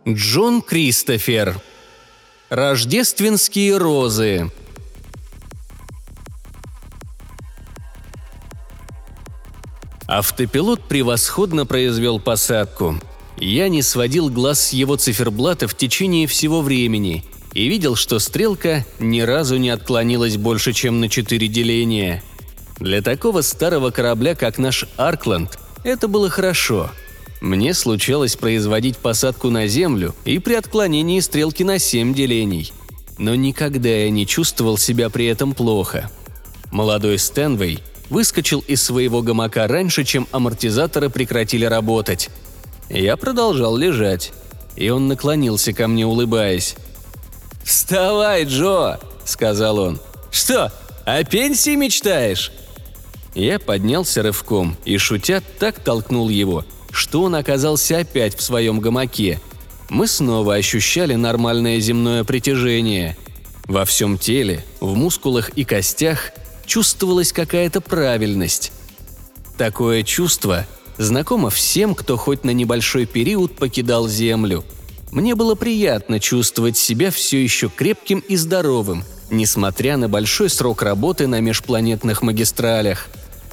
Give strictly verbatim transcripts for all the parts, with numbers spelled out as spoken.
Джон Кристофер. Рождественские розы. Автопилот превосходно произвел посадку. Я не сводил глаз с его циферблата в течение всего времени и видел, что стрелка ни разу не отклонилась больше, чем на четыре деления. Для такого старого корабля, как наш «Аркланд», это было хорошо. Мне случалось производить посадку на Землю и при отклонении стрелки на семь делений. Но никогда я не чувствовал себя при этом плохо. Молодой Стэнвей выскочил из своего гамака раньше, чем амортизаторы прекратили работать. Я продолжал лежать, и он наклонился ко мне, улыбаясь. «Вставай, Джо!» – сказал он. «Что, о пенсии мечтаешь?» Я поднялся рывком и, шутя, так толкнул его, что он оказался опять в своем гамаке. Мы снова ощущали нормальное земное притяжение. Во всем теле, в мускулах и костях чувствовалась какая-то правильность. Такое чувство знакомо всем, кто хоть на небольшой период покидал Землю. Мне было приятно чувствовать себя все еще крепким и здоровым, несмотря на большой срок работы на межпланетных магистралях.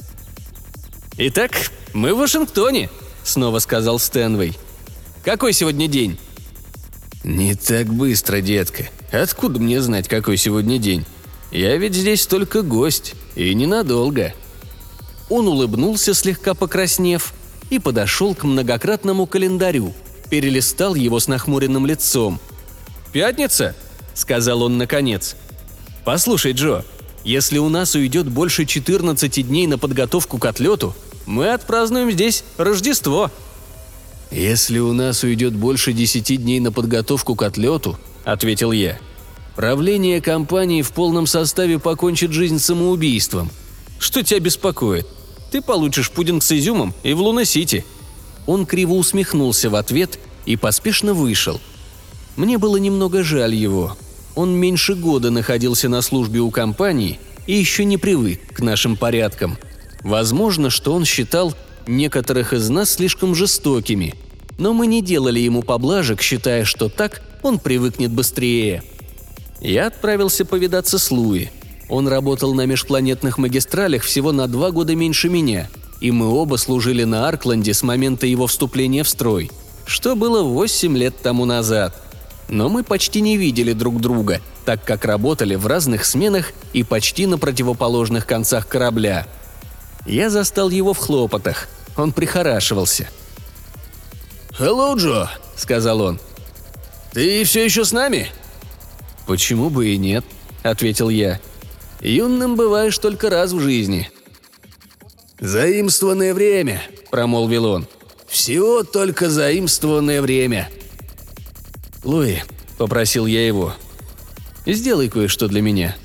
«Итак, мы в Вашингтоне», — снова сказал Стэнвей. «Какой сегодня день?» «Не так быстро, детка. Откуда мне знать, какой сегодня день? Я ведь здесь только гость, и ненадолго». Он улыбнулся, слегка покраснев, и подошел к многократному календарю, перелистал его с нахмуренным лицом. «Пятница?» – сказал он наконец. «Послушай, Джо, если у нас уйдет больше четырнадцати дней на подготовку к отлету, мы отпразднуем здесь Рождество». «Если у нас уйдет больше десяти дней на подготовку к отлету», – ответил я, – «правление компании в полном составе покончит жизнь самоубийством. Что тебя беспокоит? Ты получишь пудинг с изюмом и в Луна-Сити». Он криво усмехнулся в ответ и поспешно вышел. Мне было немного жаль его. Он меньше года находился на службе у компании и еще не привык к нашим порядкам. Возможно, что он считал некоторых из нас слишком жестокими, но мы не делали ему поблажек, считая, что так он привыкнет быстрее. Я отправился повидаться с Луи. Он работал на межпланетных магистралях всего на два года меньше меня, и мы оба служили на Аркленде с момента его вступления в строй, что было восемь лет тому назад. Но мы почти не видели друг друга, так как работали в разных сменах и почти на противоположных концах корабля. Я застал его в хлопотах. Он прихорашивался. «Hello, Джо», — сказал он. «Ты все еще с нами?» «Почему бы и нет», — ответил я. «Юным бываешь только раз в жизни». «Заимствованное время», — промолвил он. «Всего только заимствованное время». «Луи», — попросил я его, — «сделай кое-что для меня».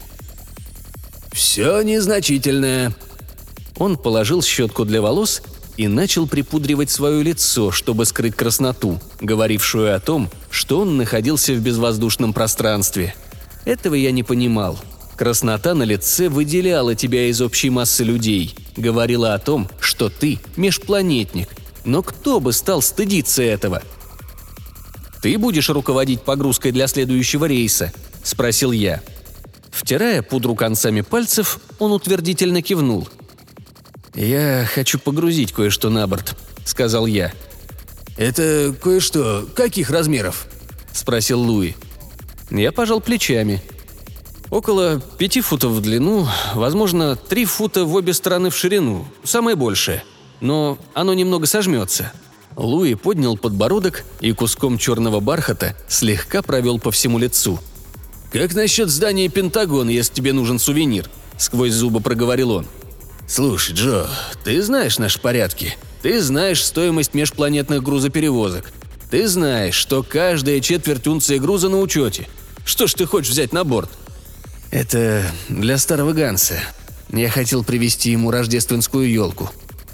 «Все незначительное». Он положил щетку для волос и начал припудривать свое лицо, чтобы скрыть красноту, говорившую о том, что он находился в безвоздушном пространстве. Этого я не понимал. Краснота на лице выделяла тебя из общей массы людей, говорила о том, что ты межпланетник. Но кто бы стал стыдиться этого? «Ты будешь руководить погрузкой для следующего рейса?» – спросил я. Втирая пудру концами пальцев, он утвердительно кивнул. «Я хочу погрузить кое-что на борт», – сказал я. «Это кое-что каких размеров?» – спросил Луи. Я пожал плечами. «Около пяти футов в длину, возможно, три фута в обе стороны в ширину, самое большее. Но оно немного сожмется». Луи поднял подбородок и куском черного бархата слегка провел по всему лицу. «Как насчет здания Пентагона, если тебе нужен сувенир?» – сквозь зубы проговорил он. «Слушай, Джо, ты знаешь наши порядки. Ты знаешь стоимость межпланетных грузоперевозок. Ты знаешь, что каждая четверть унции груза на учете. Что ж ты хочешь взять на борт?» «Это для старого Ганса. Я хотел привезти ему рождественскую елку».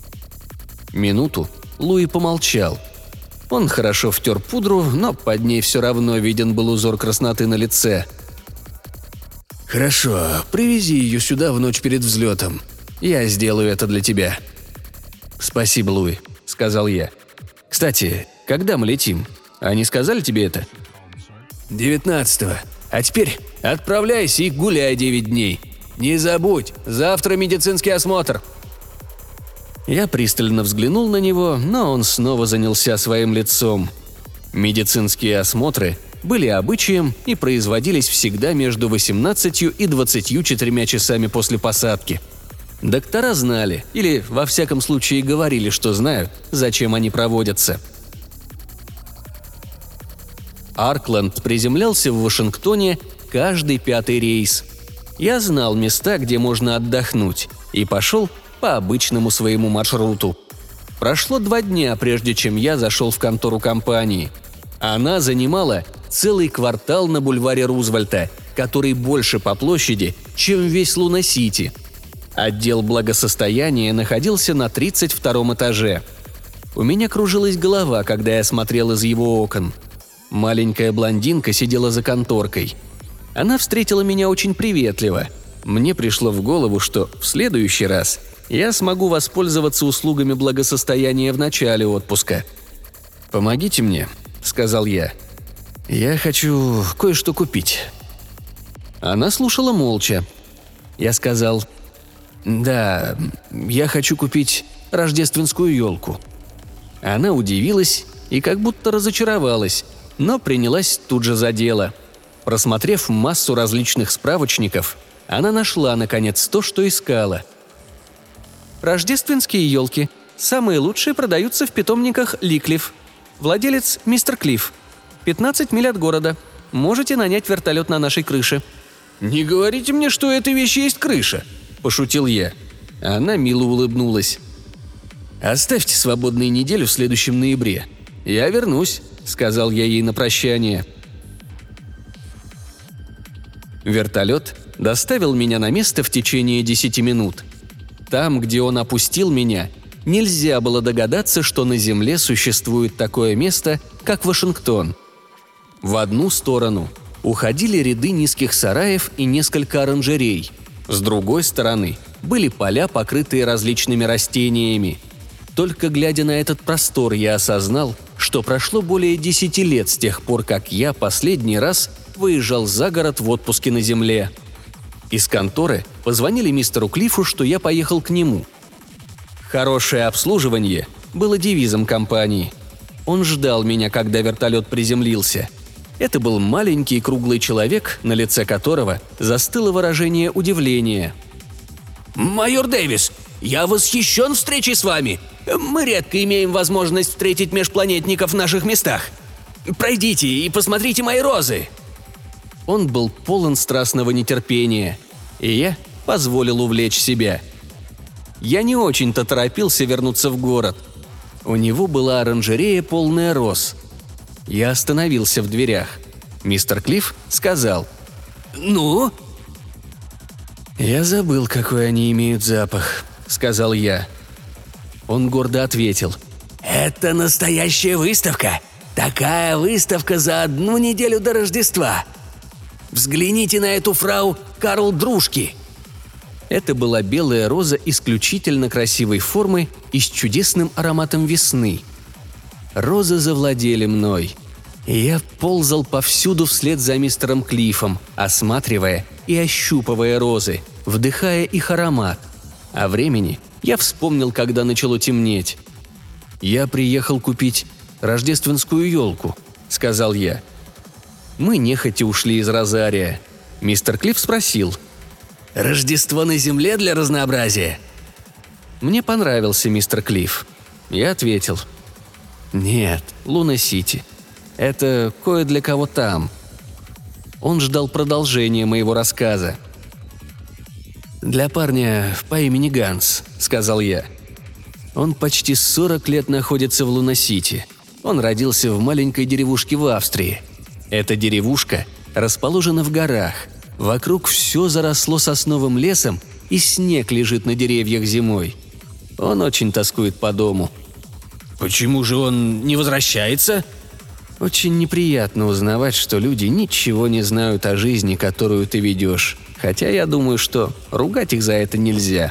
Минуту Луи помолчал. Он хорошо втер пудру, но под ней все равно виден был узор красноты на лице. «Хорошо, привези ее сюда в ночь перед взлетом. Я сделаю это для тебя». «Спасибо, Луи», — сказал я. «Кстати, когда мы летим? Они сказали тебе это?» «девятнадцатого. А теперь отправляйся и гуляй девять дней. Не забудь, завтра медицинский осмотр». Я пристально взглянул на него, но он снова занялся своим лицом. Медицинские осмотры были обычаем и производились всегда между восемнадцатью и двадцатью четырьмя часами после посадки. Доктора знали, или во всяком случае говорили, что знают, зачем они проводятся. Аркленд приземлялся в Вашингтоне каждый пятый рейс. Я знал места, где можно отдохнуть, и пошел по обычному своему маршруту. Прошло два дня, прежде чем я зашел в контору компании. Она занимала целый квартал на бульваре Рузвельта, который больше по площади, чем весь Луна-Сити. Отдел благосостояния находился на тридцать втором этаже. У меня кружилась голова, когда я смотрел из его окон. Маленькая блондинка сидела за конторкой. Она встретила меня очень приветливо. Мне пришло в голову, что в следующий раз я смогу воспользоваться услугами благосостояния в начале отпуска. «Помогите мне», — сказал я. «Я хочу кое-что купить». Она слушала молча. Я сказал: «Да, я хочу купить рождественскую елку». Она удивилась и как будто разочаровалась, но принялась тут же за дело. Просмотрев массу различных справочников, она нашла, наконец, то, что искала. «Рождественские елки. Самые лучшие продаются в питомниках Ликлифф. Владелец мистер Клифф. пятнадцать миль от города. Можете нанять вертолет на нашей крыше». «Не говорите мне, что у этой вещи есть крыша», – пошутил я. Она мило улыбнулась. «Оставьте свободную неделю в следующем ноябре. Я вернусь», – сказал я ей на прощание. Вертолет доставил меня на место в течение десяти минут. Там, где он опустил меня, нельзя было догадаться, что на Земле существует такое место, как Вашингтон. В одну сторону уходили ряды низких сараев и несколько оранжерей. С другой стороны были поля, покрытые различными растениями. Только глядя на этот простор, я осознал, что прошло более десяти лет с тех пор, как я последний раз выезжал за город в отпуске на Земле. Из конторы позвонили мистеру Клиффу, что я поехал к нему. Хорошее обслуживание было девизом компании. Он ждал меня, когда вертолет приземлился. Это был маленький круглый человек, на лице которого застыло выражение удивления. «Майор Дэвис, я восхищен встречей с вами. Мы редко имеем возможность встретить межпланетников в наших местах. Пройдите и посмотрите мои розы». Он был полон страстного нетерпения, и я позволил увлечь себя. Я не очень-то торопился вернуться в город. У него была оранжерея, полная роз. Я остановился в дверях. Мистер Клифф сказал: «Ну?» «Я забыл, какой они имеют запах», — сказал я. Он гордо ответил: «Это настоящая выставка. Такая выставка за одну неделю до Рождества. Взгляните на эту фрау Карл Дружки». Это была белая роза исключительно красивой формы и с чудесным ароматом весны. Розы завладели мной, и я ползал повсюду вслед за мистером Клиффом, осматривая и ощупывая розы, вдыхая их аромат. О времени я вспомнил, когда начало темнеть. «Я приехал купить рождественскую елку», — сказал я. Мы нехотя ушли из розария. Мистер Клифф спросил: «Рождество на Земле для разнообразия?» Мне понравился мистер Клифф. Я ответил: «Нет, Луна-Сити. Это кое для кого там». Он ждал продолжения моего рассказа. «Для парня по имени Ганс», — сказал я. «Он почти сорок лет находится в Луна-Сити. Он родился в маленькой деревушке в Австрии. Эта деревушка расположена в горах. Вокруг все заросло сосновым лесом, и снег лежит на деревьях зимой. Он очень тоскует по дому». «Почему же он не возвращается?» «Очень неприятно узнавать, что люди ничего не знают о жизни, которую ты ведешь. Хотя я думаю, что ругать их за это нельзя».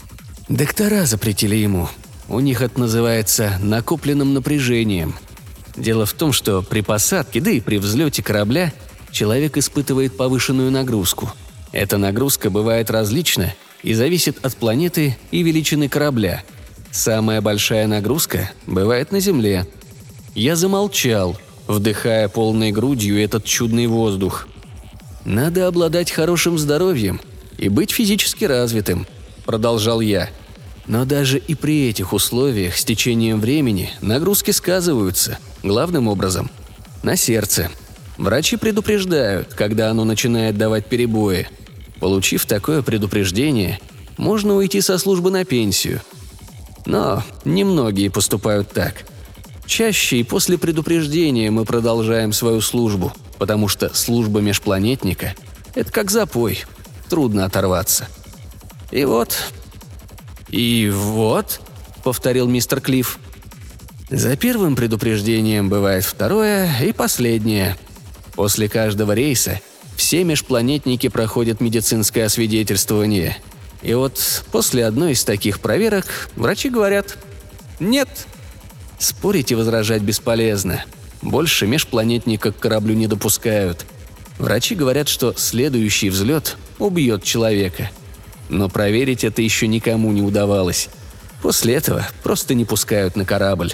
Доктора запретили ему. У них это называется накопленным напряжением. Дело в том, что при посадке, да и при взлете корабля, человек испытывает повышенную нагрузку. Эта нагрузка бывает различна и зависит от планеты и величины корабля. Самая большая нагрузка бывает на Земле. Я замолчал, вдыхая полной грудью этот чудный воздух. «Надо обладать хорошим здоровьем и быть физически развитым», – продолжал я. «Но даже и при этих условиях с течением времени нагрузки сказываются, главным образом, на сердце. Врачи предупреждают, когда оно начинает давать перебои. Получив такое предупреждение, можно уйти со службы на пенсию. Но немногие поступают так. Чаще и после предупреждения мы продолжаем свою службу, потому что служба межпланетника – это как запой, трудно оторваться. И вот… «И вот», – повторил мистер Клифф. «За первым предупреждением бывает второе и последнее. После каждого рейса все межпланетники проходят медицинское освидетельствование. И вот после одной из таких проверок врачи говорят «нет». Спорить и возражать бесполезно. Больше межпланетника к кораблю не допускают. Врачи говорят, что следующий взлет убьет человека. Но проверить это еще никому не удавалось. После этого просто не пускают на корабль.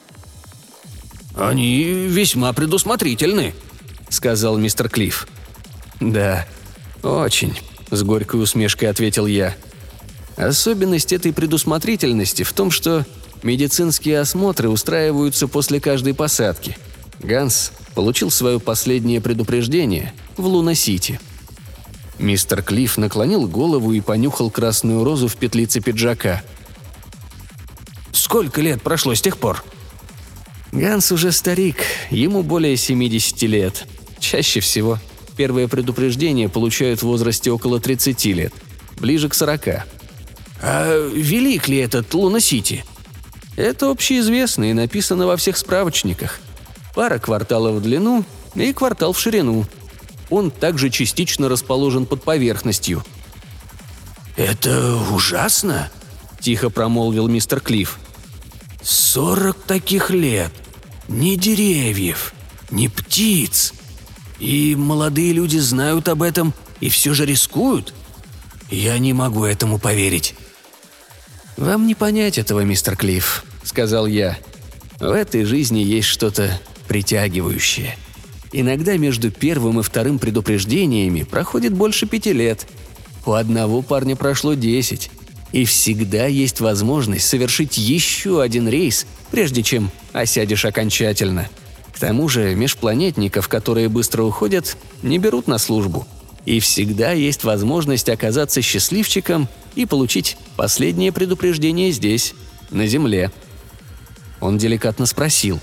«Они весьма предусмотрительны», — сказал мистер Клифф. «Да, очень», — с горькой усмешкой ответил я. «Особенность этой предусмотрительности в том, что медицинские осмотры устраиваются после каждой посадки. Ганс получил свое последнее предупреждение в Луна-Сити». Мистер Клифф наклонил голову и понюхал красную розу в петлице пиджака. «Сколько лет прошло с тех пор?» «Ганс уже старик, ему более семидесяти лет. Чаще всего первое предупреждение получают в возрасте около тридцати лет, ближе к сорока». «А велик ли этот Луна-Сити?» «Это общеизвестно и написано во всех справочниках. Пара кварталов в длину и квартал в ширину. Он также частично расположен под поверхностью». «Это ужасно», – тихо промолвил мистер Клифф. «Сорок таких лет. Ни деревьев, ни птиц. И молодые люди знают об этом и все же рискуют? Я не могу этому поверить». «Вам не понять этого, мистер Клифф», – сказал я. «В этой жизни есть что-то притягивающее. Иногда между первым и вторым предупреждениями проходит больше пяти лет. У одного парня прошло десять. И всегда есть возможность совершить еще один рейс, прежде чем осядешь окончательно. К тому же межпланетников, которые быстро уходят, не берут на службу. И всегда есть возможность оказаться счастливчиком и получить последнее предупреждение здесь, на Земле». Он деликатно спросил: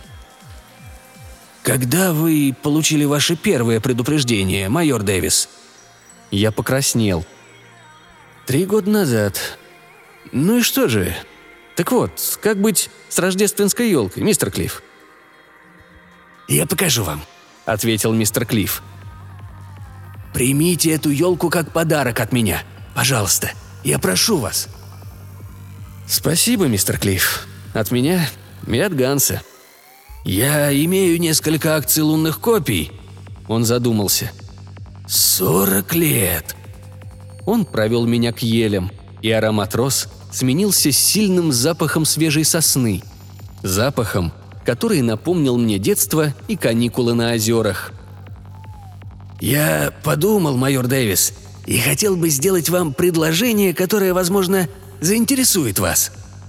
«Когда вы получили ваше первое предупреждение, майор Дэвис?» Я покраснел. «Три года назад. Ну и что же? Так вот, как быть с рождественской елкой, мистер Клифф?» «Я покажу вам», — ответил мистер Клифф. «Примите эту елку как подарок от меня. Пожалуйста, я прошу вас». «Спасибо, мистер Клифф. От меня и от Ганса». «Я имею несколько акций лунных копий». Он задумался. «Сорок лет». Он провел меня к елям, и аромат роз сменился сильным запахом свежей сосны. Запахом, который напомнил мне детство и каникулы на озерах. «Я подумал, майор Дэвис, и хотел бы сделать вам предложение, которое, возможно, заинтересует вас».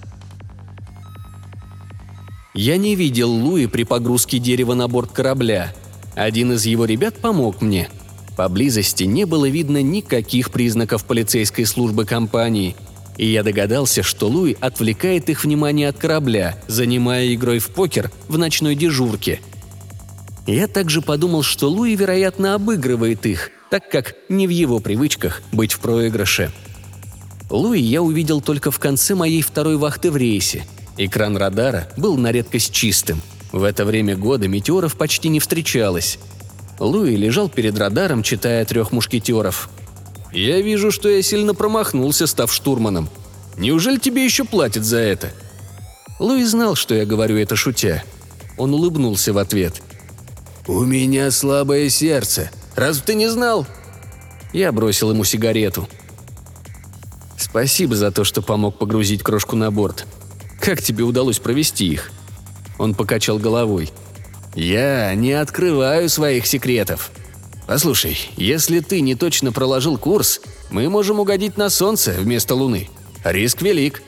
Я не видел Луи при погрузке дерева на борт корабля. Один из его ребят помог мне. Поблизости не было видно никаких признаков полицейской службы компании, и я догадался, что Луи отвлекает их внимание от корабля, занимая игрой в покер в ночной дежурке. Я также подумал, что Луи, вероятно, обыгрывает их, так как не в его привычках быть в проигрыше. Луи я увидел только в конце моей второй вахты в рейсе. Экран радара был на редкость чистым. В это время года метеоров почти не встречалось. Луи лежал перед радаром, читая «Трех мушкетеров». «Я вижу, что я сильно промахнулся, став штурманом. Неужели тебе еще платят за это?» Луи знал, что я говорю это шутя. Он улыбнулся в ответ. «У меня слабое сердце. Разве ты не знал?» Я бросил ему сигарету. «Спасибо за то, что помог погрузить крошку на борт. Как тебе удалось провести их?» Он покачал головой. «Я не открываю своих секретов. Послушай, если ты не точно проложил курс, мы можем угодить на Солнце вместо Луны. Риск велик».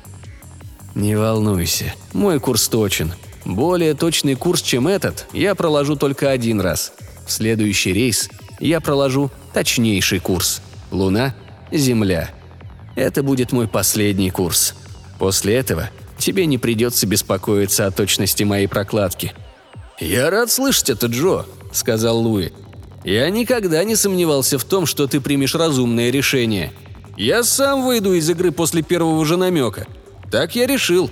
«Не волнуйся, мой курс точен. Более точный курс, чем этот, я проложу только один раз. В следующий рейс я проложу точнейший курс. Луна, Земля. Это будет мой последний курс. После этого тебе не придется беспокоиться о точности моей прокладки». «Я рад слышать это, Джо», — сказал Луи. «Я никогда не сомневался в том, что ты примешь разумное решение. Я сам выйду из игры после первого же намека. Так я решил».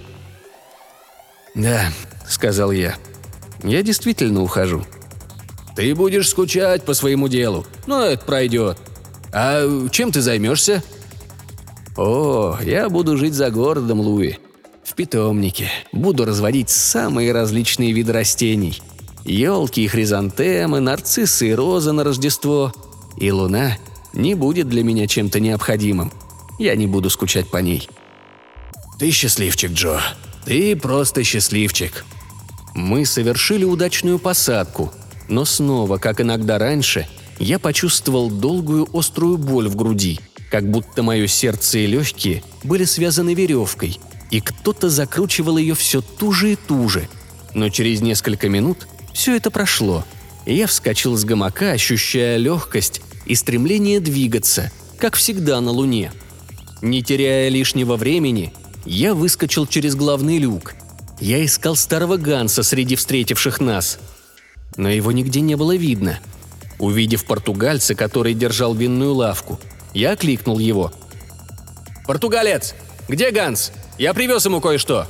«Да», — сказал я. «Я действительно ухожу». «Ты будешь скучать по своему делу, но это пройдет. А чем ты займешься?» «О, я буду жить за городом, Луи. В питомнике. Буду разводить самые различные виды растений. Елки и хризантемы, нарциссы и розы на Рождество. И луна не будет для меня чем-то необходимым. Я не буду скучать по ней». «Ты счастливчик, Джо. Ты просто счастливчик». Мы совершили удачную посадку, но снова, как иногда раньше, я почувствовал долгую острую боль в груди, как будто мое сердце и легкие были связаны веревкой, и кто-то закручивал ее все туже и туже. Но через несколько минут все это прошло, и я вскочил с гамака, ощущая легкость и стремление двигаться, как всегда на Луне. Не теряя лишнего времени, я выскочил через главный люк. Я искал старого Ганса среди встретивших нас. Но его нигде не было видно. Увидев португальца, который держал винную лавку, я окликнул его. «Португалец! Где Ганс? Я привез ему кое-что!»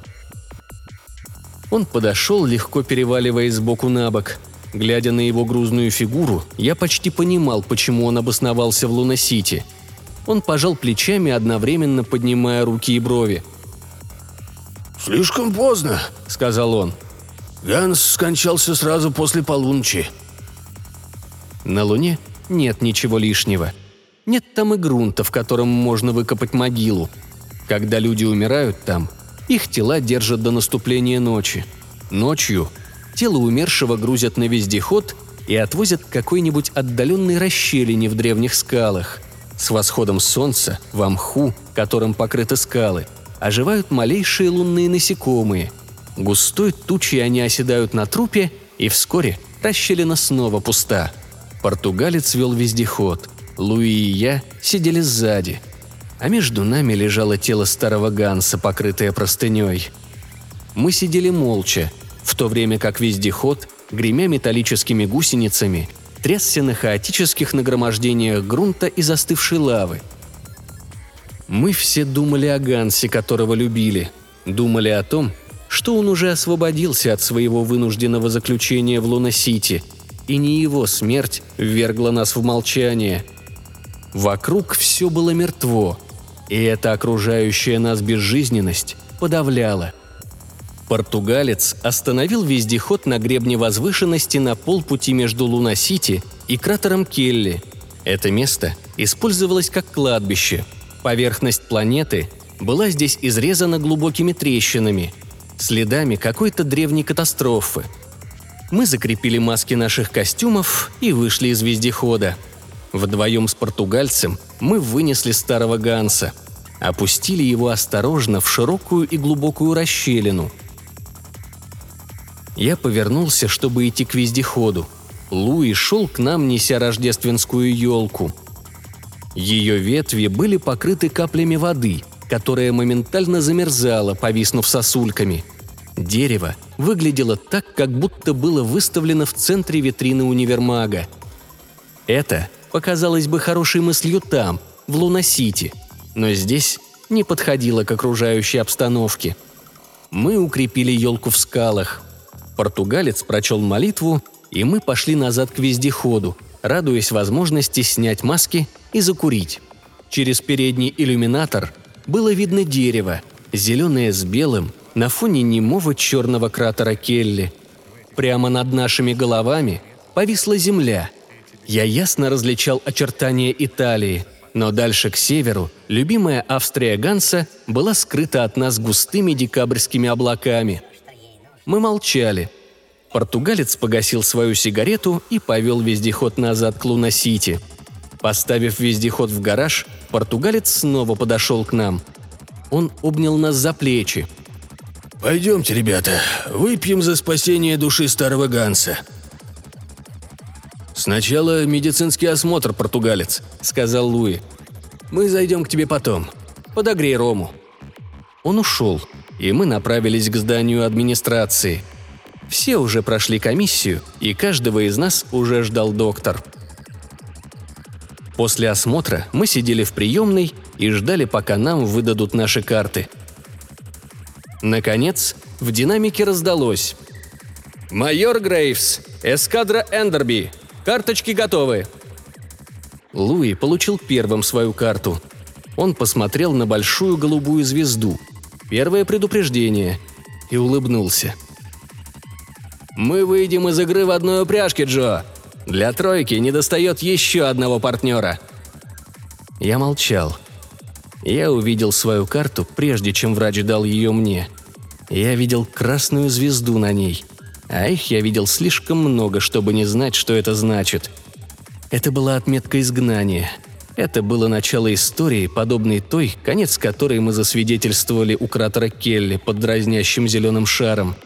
Он подошел, легко переваливаясь сбоку на бок. Глядя на его грузную фигуру, я почти понимал, почему он обосновался в Луна-Сити. Он пожал плечами, одновременно поднимая руки и брови. «Слишком поздно», — сказал он. «Ганс скончался сразу после полуночи». На Луне нет ничего лишнего. Нет там и грунта, в котором можно выкопать могилу. Когда люди умирают там, их тела держат до наступления ночи. Ночью тело умершего грузят на вездеход и отвозят к какой-нибудь отдаленной расщелине в древних скалах. С восходом солнца во мху, которым покрыты скалы, оживают малейшие лунные насекомые. Густой тучей они оседают на трупе, и вскоре расщелина снова пуста. Португалец вел вездеход. Луи и я сидели сзади. А между нами лежало тело старого Ганса, покрытое простыней. Мы сидели молча, в то время как вездеход, гремя металлическими гусеницами, трясся на хаотических нагромождениях грунта и застывшей лавы. Мы все думали о Гансе, которого любили. Думали о том, что он уже освободился от своего вынужденного заключения в Луна-Сити, и не его смерть ввергла нас в молчание. Вокруг все было мертво, и эта окружающая нас безжизненность подавляла. Португалец остановил вездеход на гребне возвышенности на полпути между Луна-Сити и кратером Келли. Это место использовалось как кладбище. Поверхность планеты была здесь изрезана глубокими трещинами, следами какой-то древней катастрофы. Мы закрепили маски наших костюмов и вышли из вездехода. Вдвоем с португальцем мы вынесли старого Ганса, опустили его осторожно в широкую и глубокую расщелину. Я повернулся, чтобы идти к вездеходу. Луи шел к нам, неся рождественскую елку. Ее ветви были покрыты каплями воды, которая моментально замерзала, повиснув сосульками. Дерево выглядело так, как будто было выставлено в центре витрины универмага. Это показалось бы хорошей мыслью там, в Луна-Сити, но здесь не подходило к окружающей обстановке. Мы укрепили елку в скалах. Португалец прочел молитву, и мы пошли назад к вездеходу, радуясь возможности снять маски и закурить. Через передний иллюминатор было видно дерево, зеленое с белым, на фоне немого черного кратера Келли. Прямо над нашими головами повисла земля. Я ясно различал очертания Италии, но дальше к северу любимая Австрия Ганса была скрыта от нас густыми декабрьскими облаками. Мы молчали. Португалец погасил свою сигарету и повел вездеход назад к Луна-Сити. Поставив вездеход в гараж, португалец снова подошел к нам. Он обнял нас за плечи. «Пойдемте, ребята, выпьем за спасение души старого Ганса». «Сначала медицинский осмотр, португалец», — сказал Луи. «Мы зайдем к тебе потом. Подогрей рому». Он ушел, и мы направились к зданию администрации. Все уже прошли комиссию, и каждого из нас уже ждал доктор. После осмотра мы сидели в приемной и ждали, пока нам выдадут наши карты. Наконец, в динамике раздалось: «Майор Грейвс, эскадра Эндерби, карточки готовы». Луи получил первым свою карту. Он посмотрел на большую голубую звезду, первое предупреждение, и улыбнулся. «Мы выйдем из игры в одной упряжке, Джо. Для тройки недостает еще одного партнера». Я молчал. Я увидел свою карту, прежде чем врач дал ее мне. Я видел красную звезду на ней, а их я видел слишком много, чтобы не знать, что это значит. Это была отметка изгнания. Это было начало истории, подобной той, конец которой мы засвидетельствовали у кратера Келли под дразнящим зеленым шаром.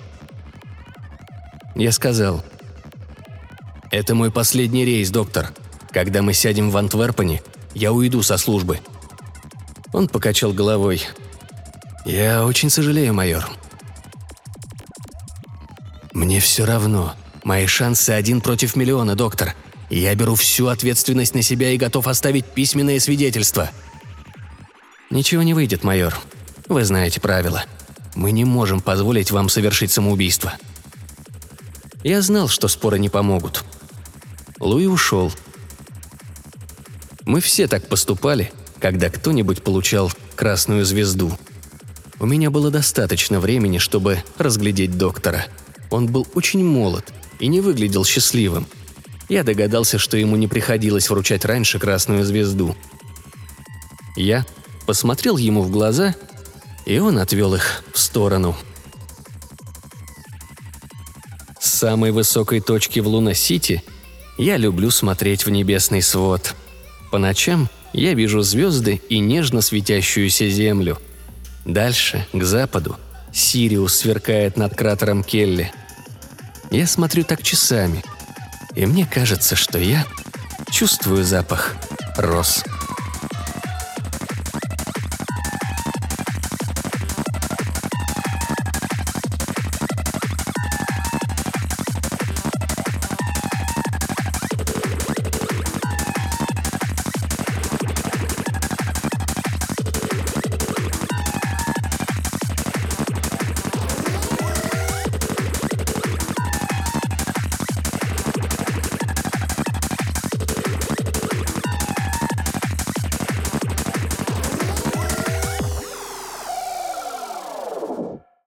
Я сказал: «Это мой последний рейс, доктор. Когда мы сядем в Антверпене, я уйду со службы». Он покачал головой. «Я очень сожалею, майор». «Мне все равно. Мои шансы один против миллиона, доктор. Я беру всю ответственность на себя и готов оставить письменное свидетельство». «Ничего не выйдет, майор. Вы знаете правила. Мы не можем позволить вам совершить самоубийство». Я знал, что споры не помогут. Луи ушел. Мы все так поступали, когда кто-нибудь получал красную звезду. У меня было достаточно времени, чтобы разглядеть доктора. Он был очень молод и не выглядел счастливым. Я догадался, что ему не приходилось вручать раньше красную звезду. Я посмотрел ему в глаза, и он отвел их в сторону. С самой высокой точки в Луна-Сити я люблю смотреть в небесный свод. По ночам я вижу звезды и нежно светящуюся землю. Дальше, к западу, Сириус сверкает над кратером Келли. Я смотрю так часами, и мне кажется, что я чувствую запах роз.